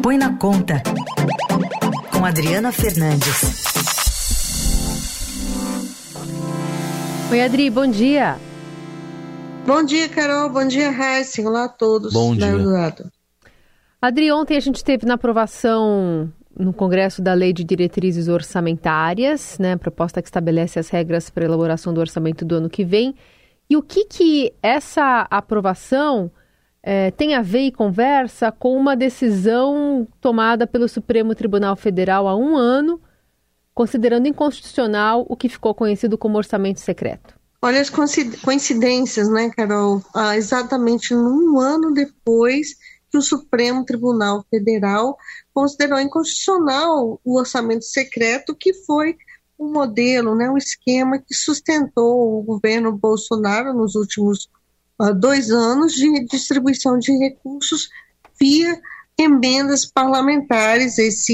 Põe na Conta, com Adriana Fernandes. Oi, Adri, bom dia. Bom dia, Carol. Bom dia, Raíssa. Olá a todos. Bom dia. Adri, ontem a gente teve na aprovação no Congresso da Lei de Diretrizes Orçamentárias, né, proposta que estabelece as regras para a elaboração do orçamento do ano que vem. E o que essa aprovação tem a ver e conversa com uma decisão tomada pelo Supremo Tribunal Federal há um ano, considerando inconstitucional o que ficou conhecido como orçamento secreto? Olha as coincidências, né, Carol? Exatamente um ano depois que o Supremo Tribunal Federal considerou inconstitucional o orçamento secreto, que foi um modelo, né, um esquema que sustentou o governo Bolsonaro nos últimos 2 anos de distribuição de recursos via emendas parlamentares,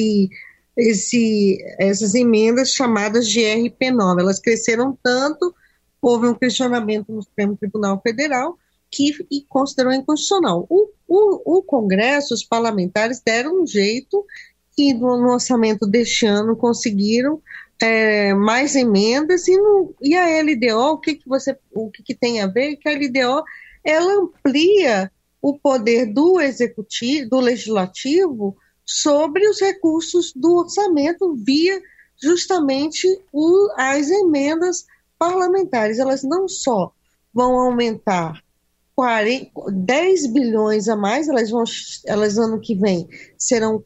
essas emendas chamadas de RP9. Elas cresceram tanto, houve um questionamento no Supremo Tribunal Federal que considerou inconstitucional. O Congresso, os parlamentares deram um jeito e no orçamento deste ano conseguiram mais emendas e a LDO, o que tem a ver? Que a LDO ela amplia o poder do executivo, do legislativo, sobre os recursos do orçamento via justamente as emendas parlamentares. Elas não só vão aumentar 10 bilhões a mais, elas ano que vem serão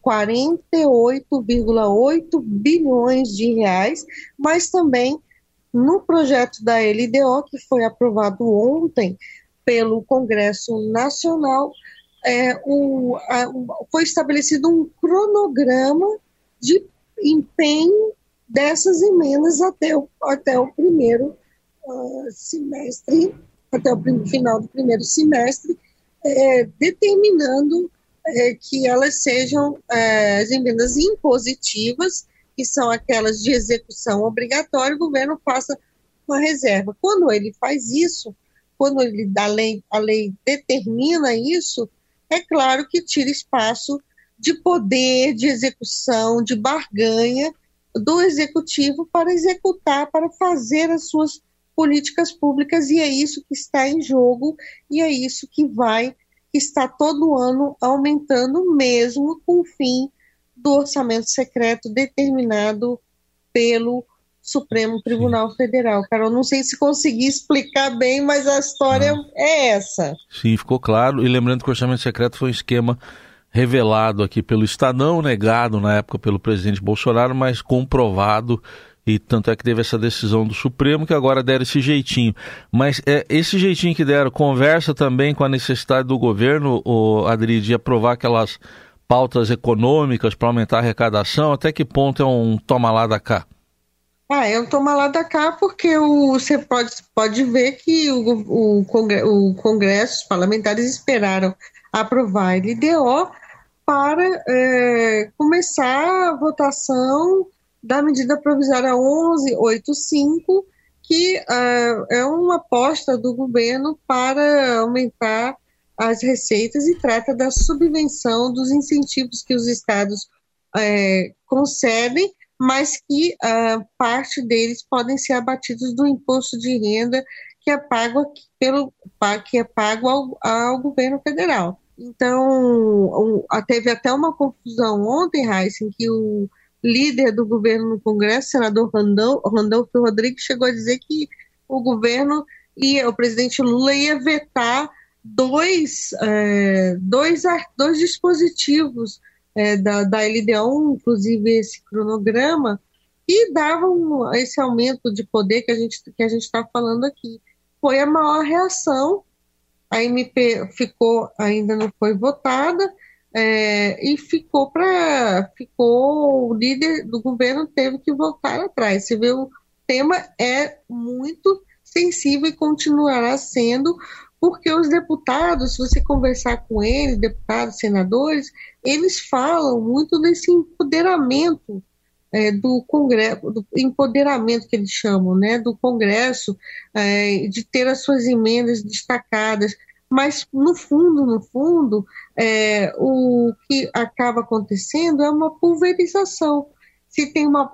48,8 bilhões de reais, mas também no projeto da LDO, que foi aprovado ontem pelo Congresso Nacional, foi estabelecido um cronograma de empenho dessas emendas até o primeiro semestre, até o final do primeiro semestre, determinando que elas sejam as emendas impositivas, que são aquelas de execução obrigatória, o governo faça uma reserva. Quando ele faz isso, quando a lei determina isso, é claro que tira espaço de poder, de execução, de barganha do executivo para executar, para fazer as suas políticas públicas, e é isso que está em jogo, e é isso que está todo ano aumentando, mesmo com o fim do orçamento secreto determinado pelo Supremo Tribunal Federal. Carol, não sei se consegui explicar bem, mas a história é essa. Sim, ficou claro. E lembrando que o orçamento secreto foi um esquema revelado aqui pelo Estadão, negado na época pelo presidente Bolsonaro, mas comprovado, e tanto é que teve essa decisão do Supremo, que agora deram esse jeitinho. Mas esse jeitinho que deram conversa também com a necessidade do governo, Adri, de aprovar aquelas pautas econômicas para aumentar a arrecadação. Até que ponto é um toma lá da cá? É um toma lá da cá, porque você pode ver que o Congresso, os parlamentares esperaram aprovar a LDO para começar a votação da medida provisória 1185, que é uma aposta do governo para aumentar as receitas e trata da subvenção dos incentivos que os estados concedem, mas que parte deles podem ser abatidos do imposto de renda que é pago ao governo federal. Então, teve até uma confusão ontem, Raíssa, em que o líder do governo no Congresso, senador Randolfo Rodrigues, chegou a dizer que o governo o presidente Lula ia vetar dois dispositivos da LDO, inclusive esse cronograma, e davam esse aumento de poder que a gente está falando aqui. Foi a maior reação. A MP ainda não foi votada, e o líder do governo teve que voltar atrás. Você vê, o tema é muito sensível e continuará sendo, porque os deputados, se você conversar com eles, deputados, senadores, eles falam muito desse empoderamento do Congresso, do empoderamento que eles chamam, né, do Congresso, de ter as suas emendas destacadas. mas no fundo, o que acaba acontecendo é uma pulverização. Se tem uma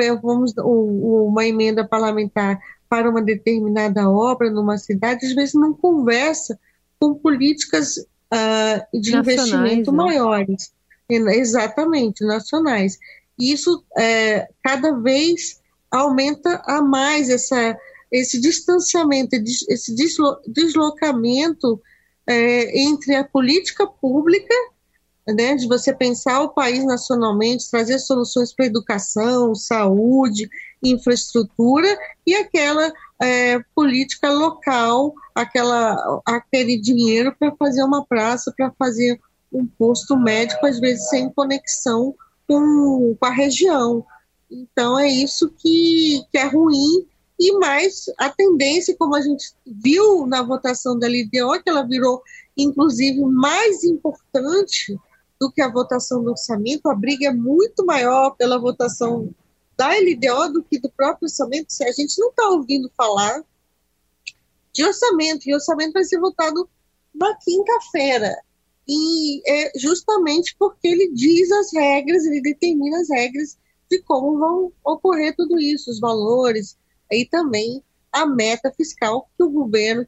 emenda parlamentar para uma determinada obra numa cidade, às vezes não conversa com políticas de investimento maiores, exatamente, nacionais. E isso cada vez aumenta a mais esse distanciamento, esse deslocamento entre a política pública, né, de você pensar o país nacionalmente, trazer soluções para educação, saúde, infraestrutura, e aquela política local, aquele dinheiro para fazer uma praça, para fazer um posto médico, às vezes sem conexão com a região. Então é isso que é ruim, e mais a tendência, como a gente viu na votação da LDO, que ela virou inclusive mais importante do que a votação do orçamento. A briga é muito maior pela votação da LDO do que do próprio orçamento. A gente não está ouvindo falar de orçamento, e o orçamento vai ser votado na quinta-feira. E é justamente porque ele diz as regras, ele determina as regras de como vão ocorrer tudo isso, os valores, e também a meta fiscal que o governo,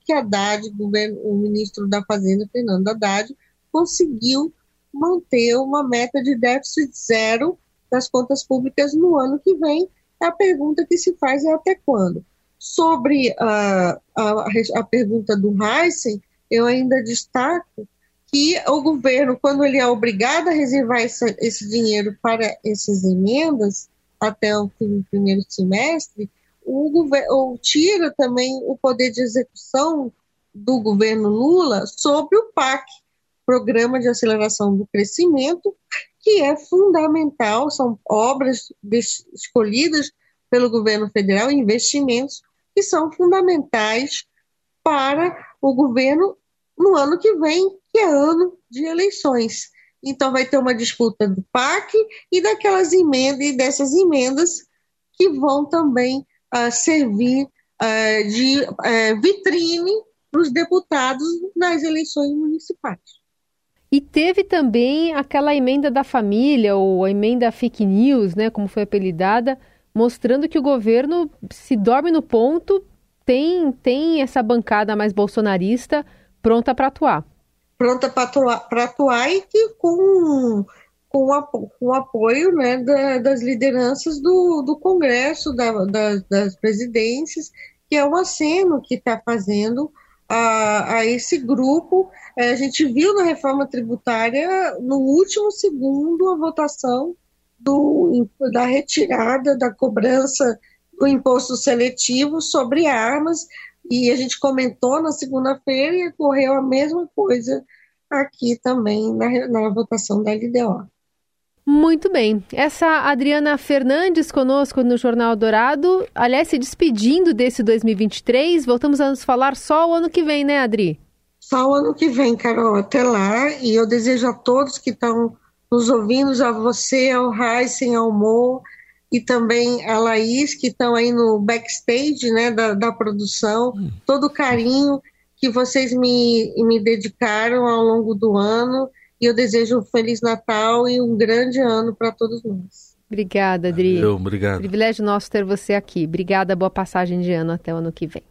o ministro da Fazenda, Fernando Haddad, conseguiu manter uma meta de déficit zero das contas públicas no ano que vem. A pergunta que se faz é até quando. Sobre a pergunta do Heisen, eu ainda destaco que o governo, quando ele é obrigado a reservar esse dinheiro para essas emendas até o fim do primeiro semestre, o governo tira também o poder de execução do governo Lula sobre o PAC, Programa de Aceleração do Crescimento, que é fundamental, são obras escolhidas pelo governo federal, investimentos que são fundamentais para o governo no ano que vem, que é ano de eleições. Então vai ter uma disputa do PAC e daquelas emendas, e dessas emendas que vão também servir de vitrine para os deputados nas eleições municipais. E teve também aquela emenda da família, ou a emenda fake news, né, como foi apelidada, mostrando que o governo, se dorme no ponto, tem essa bancada mais bolsonarista pronta para atuar. Pronta para atuar, e que com o apoio, né, das lideranças do Congresso, das presidências, que é o aceno que está fazendo a esse grupo. A gente viu na reforma tributária, no último segundo, a votação da retirada da cobrança do imposto seletivo sobre armas, e a gente comentou na segunda-feira, e ocorreu a mesma coisa aqui também na votação da LDO. Muito bem. Essa Adriana Fernandes conosco no Jornal Dourado, aliás, se despedindo desse 2023, voltamos a nos falar só o ano que vem, né, Adri? Só o ano que vem, Carol, até lá, e eu desejo a todos que estão nos ouvindo, a você, ao Heisen, ao Mo, e também a Laís, que estão aí no backstage, né, da produção, todo o carinho que vocês me dedicaram ao longo do ano, e eu desejo um Feliz Natal e um grande ano para todos nós. Obrigada, Adri. Obrigado. Privilégio nosso ter você aqui. Obrigada, boa passagem de ano, até o ano que vem.